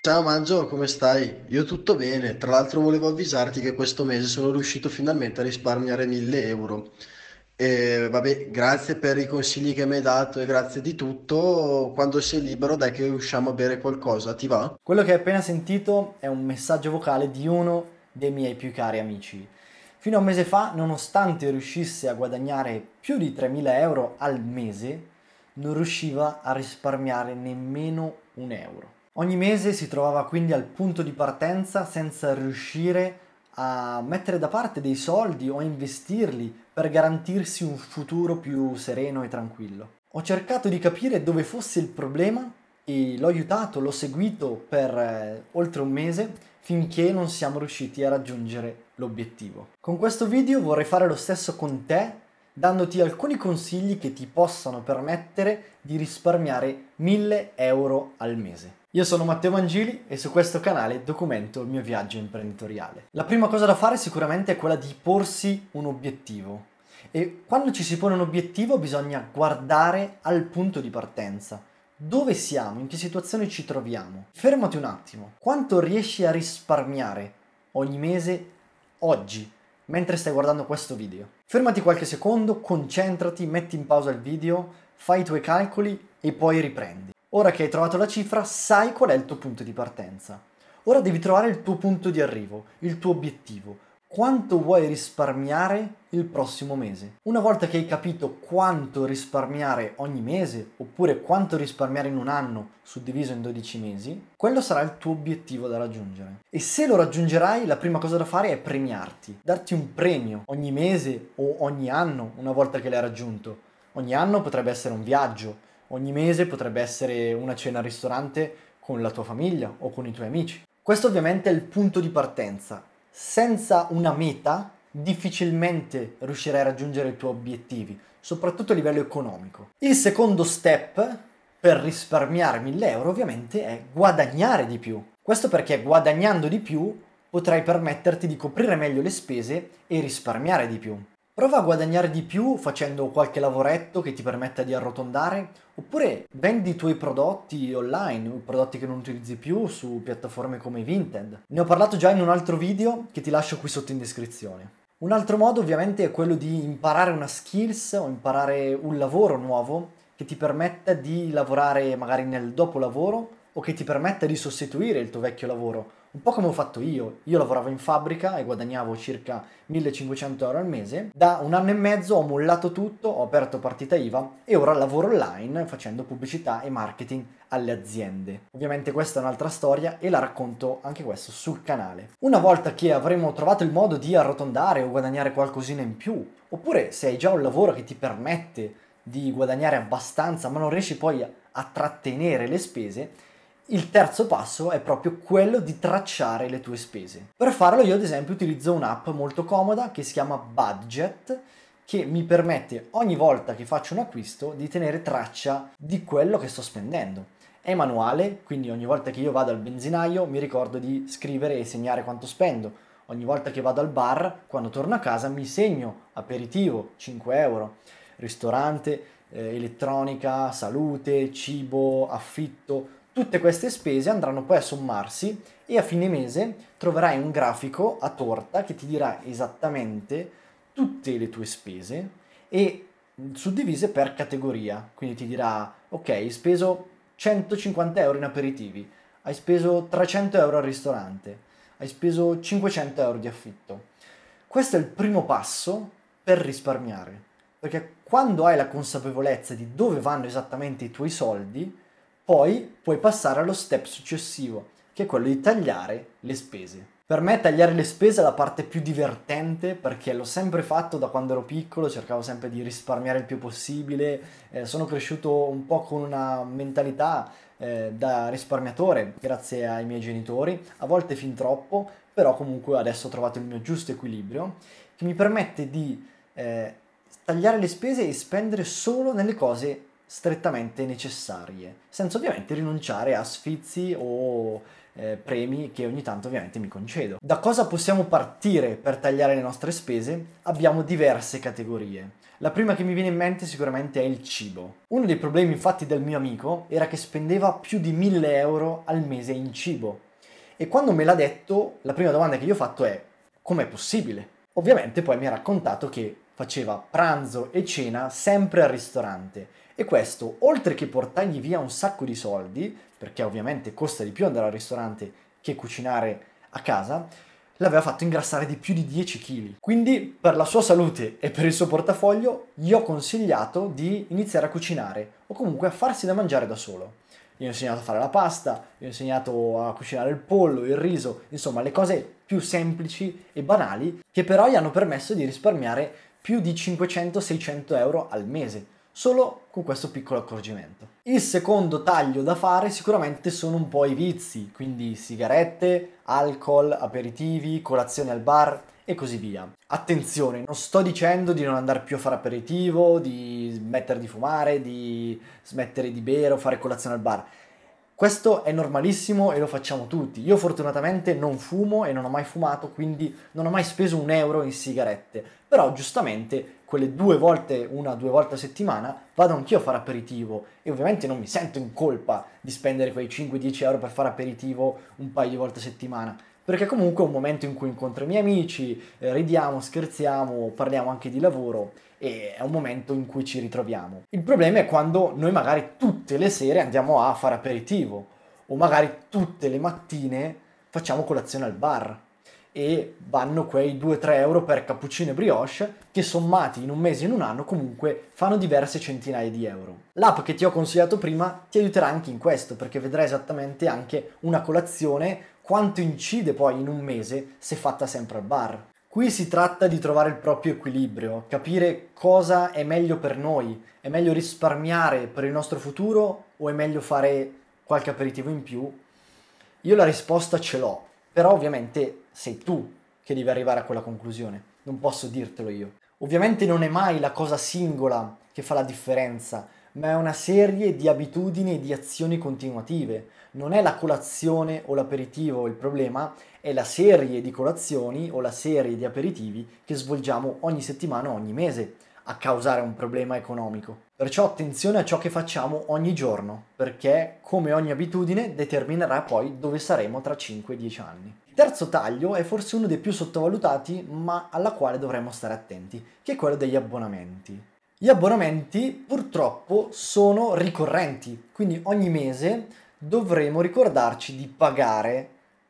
Ciao Mangio, come stai? Io tutto bene. Tra l'altro volevo avvisarti che questo mese sono riuscito finalmente a risparmiare 1000 euro. E vabbè, grazie per i consigli che mi hai dato e grazie di tutto. Quando sei libero, dai che usciamo a bere qualcosa, ti va? Quello che hai appena sentito è un messaggio vocale di uno dei miei più cari amici. Fino a un mese fa, nonostante riuscisse a guadagnare più di 3.000 euro al mese, non riusciva a risparmiare nemmeno un euro. Ogni mese si trovava quindi al punto di partenza senza riuscire a mettere da parte dei soldi o a investirli per garantirsi un futuro più sereno e tranquillo. Ho cercato di capire dove fosse il problema e l'ho aiutato, l'ho seguito per oltre un mese finché non siamo riusciti a raggiungere l'obiettivo. Con questo video vorrei fare lo stesso con te, dandoti alcuni consigli che ti possano permettere di risparmiare 1000 euro al mese. Io sono Matteo Mangili e su questo canale documento il mio viaggio imprenditoriale. La prima cosa da fare sicuramente è quella di porsi un obiettivo. E quando ci si pone un obiettivo bisogna guardare al punto di partenza. Dove siamo? In che situazione ci troviamo? Fermati un attimo. Quanto riesci a risparmiare ogni mese oggi, mentre stai guardando questo video? Fermati qualche secondo, concentrati, metti in pausa il video, fai i tuoi calcoli e poi riprendi. Ora che hai trovato la cifra, sai qual è il tuo punto di partenza. Ora devi trovare il tuo punto di arrivo, il tuo obiettivo. Quanto vuoi risparmiare il prossimo mese? Una volta che hai capito quanto risparmiare ogni mese, oppure quanto risparmiare in un anno suddiviso in 12 mesi, quello sarà il tuo obiettivo da raggiungere. E se lo raggiungerai, la prima cosa da fare è premiarti, darti un premio ogni mese o ogni anno una volta che l'hai raggiunto. Ogni anno potrebbe essere un viaggio, ogni mese potrebbe essere una cena al ristorante con la tua famiglia o con i tuoi amici. Questo ovviamente è il punto di partenza. Senza una meta difficilmente riuscirai a raggiungere i tuoi obiettivi, soprattutto a livello economico. Il secondo step per risparmiare 1000 euro ovviamente è guadagnare di più. Questo perché guadagnando di più potrai permetterti di coprire meglio le spese e risparmiare di più. Prova a guadagnare di più facendo qualche lavoretto che ti permetta di arrotondare, oppure vendi i tuoi prodotti online, o prodotti che non utilizzi più su piattaforme come Vinted. Ne ho parlato già in un altro video che ti lascio qui sotto in descrizione. Un altro modo ovviamente è quello di imparare una skills o imparare un lavoro nuovo che ti permetta di lavorare magari nel dopolavoro o che ti permetta di sostituire il tuo vecchio lavoro. Un po' come ho fatto io. Io lavoravo in fabbrica e guadagnavo circa 1500 euro al mese. Da un anno e mezzo ho mollato tutto, ho aperto partita IVA e ora lavoro online facendo pubblicità e marketing alle aziende. Ovviamente questa è un'altra storia e la racconto anche questo sul canale. Una volta che avremo trovato il modo di arrotondare o guadagnare qualcosina in più, oppure se hai già un lavoro che ti permette di guadagnare abbastanza ma non riesci poi a trattenere le spese, il terzo passo è proprio quello di tracciare le tue spese. Per farlo io ad esempio utilizzo un'app molto comoda che si chiama Budget, che mi permette ogni volta che faccio un acquisto di tenere traccia di quello che sto spendendo. È manuale, quindi ogni volta che io vado al benzinaio mi ricordo di scrivere e segnare quanto spendo. Ogni volta che vado al bar, quando torno a casa mi segno aperitivo 5 euro, ristorante, elettronica, salute, cibo, affitto. Tutte queste spese andranno poi a sommarsi e a fine mese troverai un grafico a torta che ti dirà esattamente tutte le tue spese e suddivise per categoria. Quindi ti dirà, ok, hai speso 150 euro in aperitivi, hai speso 300 euro al ristorante, hai speso 500 euro di affitto. Questo è il primo passo per risparmiare, perché quando hai la consapevolezza di dove vanno esattamente i tuoi soldi, poi puoi passare allo step successivo, che è quello di tagliare le spese. Per me tagliare le spese è la parte più divertente perché l'ho sempre fatto da quando ero piccolo, cercavo sempre di risparmiare il più possibile, sono cresciuto un po' con una mentalità da risparmiatore grazie ai miei genitori, a volte fin troppo, però comunque adesso ho trovato il mio giusto equilibrio che mi permette di tagliare le spese e spendere solo nelle cose strettamente necessarie, senza ovviamente rinunciare a sfizi o premi che ogni tanto ovviamente mi concedo. Da cosa possiamo partire per tagliare le nostre spese? Abbiamo diverse categorie. La prima che mi viene in mente sicuramente è il cibo. Uno dei problemi infatti del mio amico era che spendeva più di 1000 euro al mese in cibo. E quando me l'ha detto, la prima domanda che gli ho fatto è: com'è possibile? Ovviamente poi mi ha raccontato che faceva pranzo e cena sempre al ristorante e questo, oltre che portargli via un sacco di soldi, perché ovviamente costa di più andare al ristorante che cucinare a casa, l'aveva fatto ingrassare di più di 10 kg. Quindi, per la sua salute e per il suo portafoglio, gli ho consigliato di iniziare a cucinare o comunque a farsi da mangiare da solo. Gli ho insegnato a fare la pasta, gli ho insegnato a cucinare il pollo, il riso, insomma le cose più semplici e banali che però gli hanno permesso di risparmiare più di 500-600 euro al mese, solo con questo piccolo accorgimento. Il secondo taglio da fare sicuramente sono un po' i vizi, quindi sigarette, alcol, aperitivi, colazioni al bar e così via. Attenzione, non sto dicendo di non andare più a fare aperitivo, di smettere di fumare, di smettere di bere o fare colazione al bar. Questo è normalissimo e lo facciamo tutti. Io fortunatamente non fumo e non ho mai fumato, quindi non ho mai speso un euro in sigarette. Però giustamente quelle 2 volte, 1 o 2 volte a settimana, vado anch'io a fare aperitivo e ovviamente non mi sento in colpa di spendere quei 5-10 euro per fare aperitivo un paio di volte a settimana. Perché comunque è un momento in cui incontro i miei amici, ridiamo, scherziamo, parliamo anche di lavoro e è un momento in cui ci ritroviamo. Il problema è quando noi magari tutte le sere andiamo a fare aperitivo o magari tutte le mattine facciamo colazione al bar e vanno quei 2-3 euro per cappuccino e brioche che sommati in un mese, in un anno, comunque fanno diverse centinaia di euro. L'app che ti ho consigliato prima ti aiuterà anche in questo perché vedrai esattamente anche una colazione quanto incide poi in un mese se fatta sempre al bar. Qui si tratta di trovare il proprio equilibrio, capire cosa è meglio per noi, è meglio risparmiare per il nostro futuro o è meglio fare qualche aperitivo in più? Io la risposta ce l'ho, però ovviamente sei tu che devi arrivare a quella conclusione, non posso dirtelo io. Ovviamente non è mai la cosa singola che fa la differenza, ma è una serie di abitudini e di azioni continuative. Non è la colazione o l'aperitivo il problema, è la serie di colazioni o la serie di aperitivi che svolgiamo ogni settimana o ogni mese a causare un problema economico. Perciò attenzione a ciò che facciamo ogni giorno, perché come ogni abitudine determinerà poi dove saremo tra 5-10 anni. Il terzo taglio è forse uno dei più sottovalutati, ma alla quale dovremmo stare attenti, che è quello degli abbonamenti. Gli abbonamenti purtroppo sono ricorrenti, quindi ogni mese dovremo ricordarci di pagare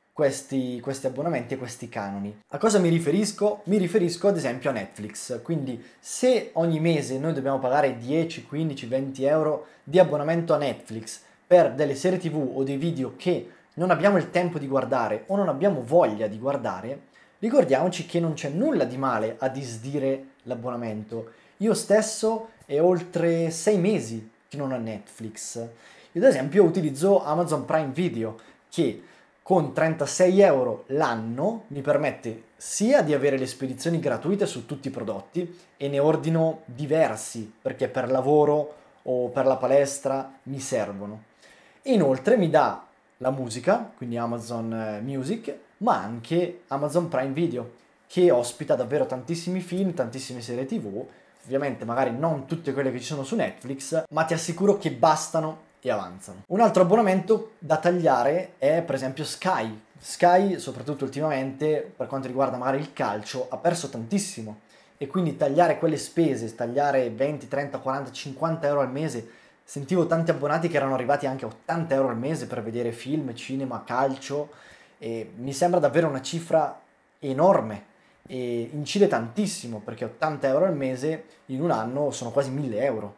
questi abbonamenti e questi canoni. A cosa mi riferisco? Mi riferisco ad esempio a Netflix, quindi se ogni mese noi dobbiamo pagare 10, 15, 20 euro di abbonamento a Netflix per delle serie TV o dei video che non abbiamo il tempo di guardare o non abbiamo voglia di guardare, ricordiamoci che non c'è nulla di male a disdire l'abbonamento. Io stesso è oltre 6 mesi che non ho Netflix. Io ad esempio utilizzo Amazon Prime Video che con 36 euro l'anno mi permette sia di avere le spedizioni gratuite su tutti i prodotti e ne ordino diversi perché per lavoro o per la palestra mi servono. E inoltre mi dà la musica, quindi Amazon Music, ma anche Amazon Prime Video che ospita davvero tantissimi film, tantissime serie TV, ovviamente magari non tutte quelle che ci sono su Netflix, ma ti assicuro che bastano e avanzano. Un altro abbonamento da tagliare è per esempio Sky. Sky, soprattutto ultimamente, per quanto riguarda magari il calcio, ha perso tantissimo e quindi tagliare quelle spese, tagliare 20, 30, 40, 50 euro al mese, sentivo tanti abbonati che erano arrivati anche a 80 euro al mese per vedere film, cinema, calcio e mi sembra davvero una cifra enorme e incide tantissimo perché 80 euro al mese in un anno sono quasi 1000 euro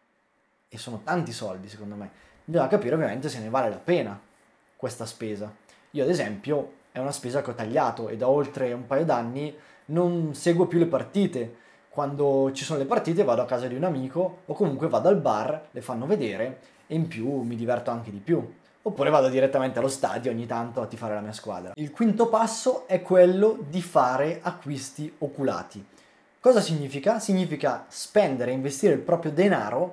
e sono tanti soldi secondo me. Bisogna capire ovviamente se ne vale la pena questa spesa. Io ad esempio è una spesa che ho tagliato e da oltre un paio d'anni non seguo più le partite. Quando ci sono le partite vado a casa di un amico o comunque vado al bar, le fanno vedere e in più mi diverto anche di più. Oppure vado direttamente allo stadio ogni tanto a tifare la mia squadra. Il quinto passo è quello di fare acquisti oculati. Cosa significa? Significa spendere e investire il proprio denaro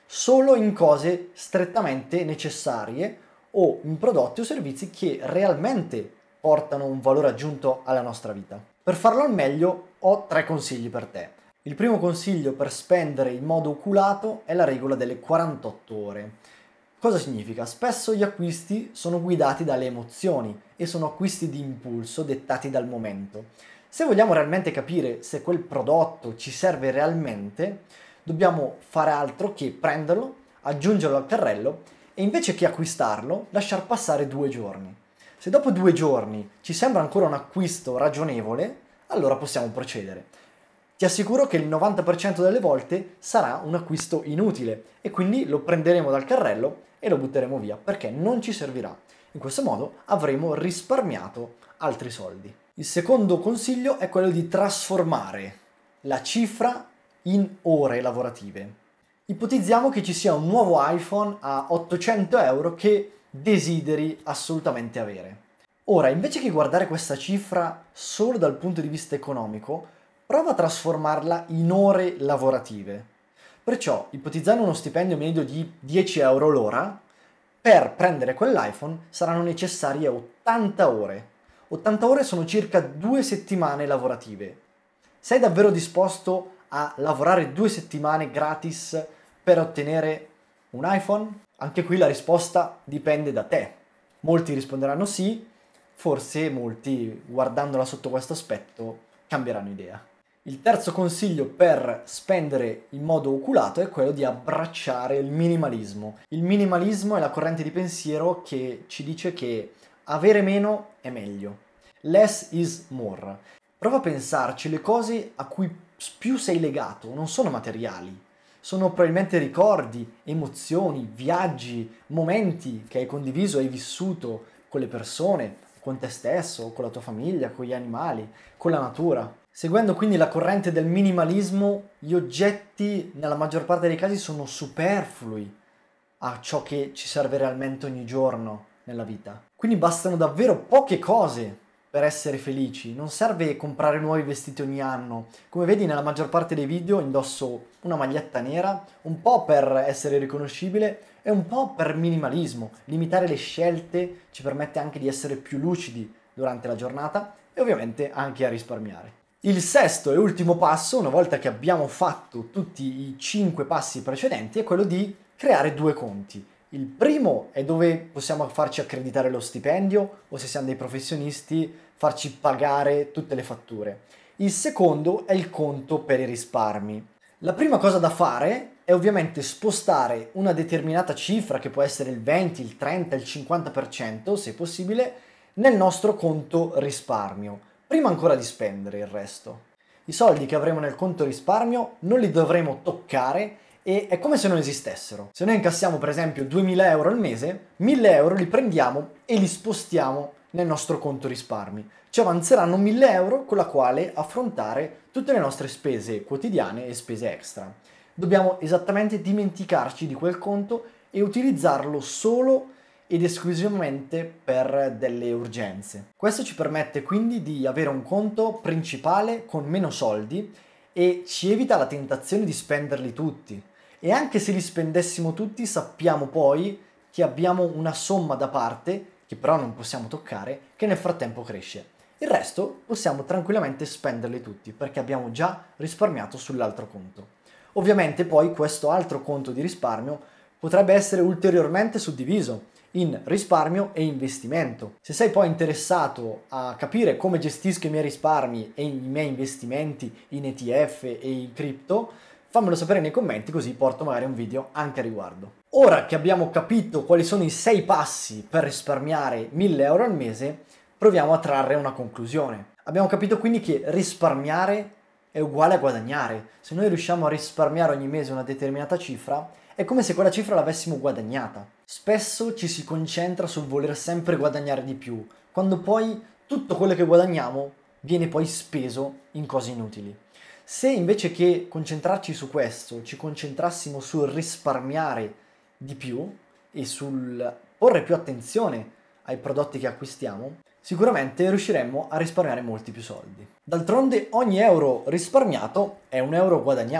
solo in cose strettamente necessarie o in prodotti o servizi che realmente portano un valore aggiunto alla nostra vita. Per farlo al meglio ho 3 consigli per te. Il primo consiglio per spendere in modo oculato è la regola delle 48 ore. Cosa significa? Spesso gli acquisti sono guidati dalle emozioni e sono acquisti di impulso dettati dal momento. Se vogliamo realmente capire se quel prodotto ci serve realmente, dobbiamo fare altro che prenderlo, aggiungerlo al carrello e invece che acquistarlo, lasciar passare 2 giorni. Se dopo 2 giorni ci sembra ancora un acquisto ragionevole, allora possiamo procedere. Ti assicuro che il 90% delle volte sarà un acquisto inutile e quindi lo prenderemo dal carrello e lo butteremo via perché non ci servirà. In questo modo avremo risparmiato altri soldi. Il secondo consiglio è quello di trasformare la cifra in ore lavorative. Ipotizziamo che ci sia un nuovo iPhone a 800 euro che desideri assolutamente avere. Ora, invece che guardare questa cifra solo dal punto di vista economico, prova a trasformarla in ore lavorative. Perciò, ipotizzando uno stipendio medio di 10 euro l'ora, per prendere quell'iPhone saranno necessarie 80 ore. 80 ore sono circa 2 settimane lavorative. Sei davvero disposto a lavorare 2 settimane gratis per ottenere un iPhone? Anche qui la risposta dipende da te. Molti risponderanno sì, forse molti, guardandola sotto questo aspetto, cambieranno idea. Il terzo consiglio per spendere in modo oculato è quello di abbracciare il minimalismo. Il minimalismo è la corrente di pensiero che ci dice che avere meno è meglio. Less is more. Prova a pensarci, le cose a cui più sei legato non sono materiali, sono probabilmente ricordi, emozioni, viaggi, momenti che hai condiviso, hai vissuto con le persone, con te stesso, con la tua famiglia, con gli animali, con la natura. Seguendo quindi la corrente del minimalismo, gli oggetti nella maggior parte dei casi sono superflui a ciò che ci serve realmente ogni giorno nella vita. Quindi bastano davvero poche cose per essere felici, non serve comprare nuovi vestiti ogni anno. Come vedi nella maggior parte dei video indosso una maglietta nera, un po' per essere riconoscibile e un po' per minimalismo. Limitare le scelte ci permette anche di essere più lucidi durante la giornata e ovviamente anche a risparmiare. Il sesto e ultimo passo, una volta che abbiamo fatto tutti i 5 passi precedenti, è quello di creare 2 conti. Il primo è dove possiamo farci accreditare lo stipendio o, se siamo dei professionisti, farci pagare tutte le fatture. Il secondo è il conto per i risparmi. La prima cosa da fare è ovviamente spostare una determinata cifra, che può essere il 20, il 30, il 50%, se possibile, nel nostro conto risparmio, prima ancora di spendere il resto. I soldi che avremo nel conto risparmio non li dovremo toccare e è come se non esistessero. Se noi incassiamo per esempio 2000 euro al mese, 1000 euro li prendiamo e li spostiamo nel nostro conto risparmi. Ci avanzeranno 1000 euro con la quale affrontare tutte le nostre spese quotidiane e spese extra. Dobbiamo esattamente dimenticarci di quel conto e utilizzarlo solo ed esclusivamente per delle urgenze. Questo ci permette quindi di avere un conto principale con meno soldi e ci evita la tentazione di spenderli tutti. E anche se li spendessimo tutti, sappiamo poi che abbiamo una somma da parte, che però non possiamo toccare, che nel frattempo cresce. Il resto possiamo tranquillamente spenderli tutti perché abbiamo già risparmiato sull'altro conto. Ovviamente poi questo altro conto di risparmio potrebbe essere ulteriormente suddiviso in risparmio e investimento. Se sei poi interessato a capire come gestisco i miei risparmi e i miei investimenti in ETF e in cripto, fammelo sapere nei commenti, così porto magari un video anche a riguardo. Ora che abbiamo capito quali sono i 6 passi per risparmiare 1000 euro al mese, proviamo a trarre una conclusione. Abbiamo capito quindi che risparmiare è uguale a guadagnare. Se noi riusciamo a risparmiare ogni mese una determinata cifra, è come se quella cifra l'avessimo guadagnata. Spesso ci si concentra sul voler sempre guadagnare di più, quando poi tutto quello che guadagniamo viene poi speso in cose inutili. Se invece che concentrarci su questo, ci concentrassimo sul risparmiare di più e sul porre più attenzione ai prodotti che acquistiamo, sicuramente riusciremmo a risparmiare molti più soldi. D'altronde ogni euro risparmiato è un euro guadagnato.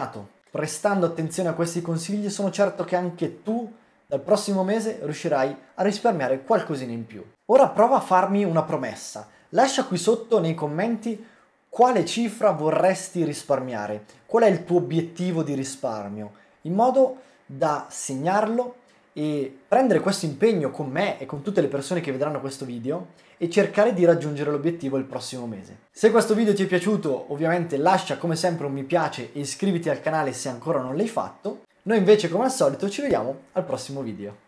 Prestando attenzione a questi consigli, sono certo che anche tu dal prossimo mese riuscirai a risparmiare qualcosina in più. Ora prova a farmi una promessa. Lascia qui sotto nei commenti quale cifra vorresti risparmiare, qual è il tuo obiettivo di risparmio, in modo da segnarlo e prendere questo impegno con me e con tutte le persone che vedranno questo video e cercare di raggiungere l'obiettivo il prossimo mese. Se questo video ti è piaciuto, ovviamente lascia come sempre un mi piace e iscriviti al canale se ancora non l'hai fatto. Noi invece, come al solito, ci vediamo al prossimo video.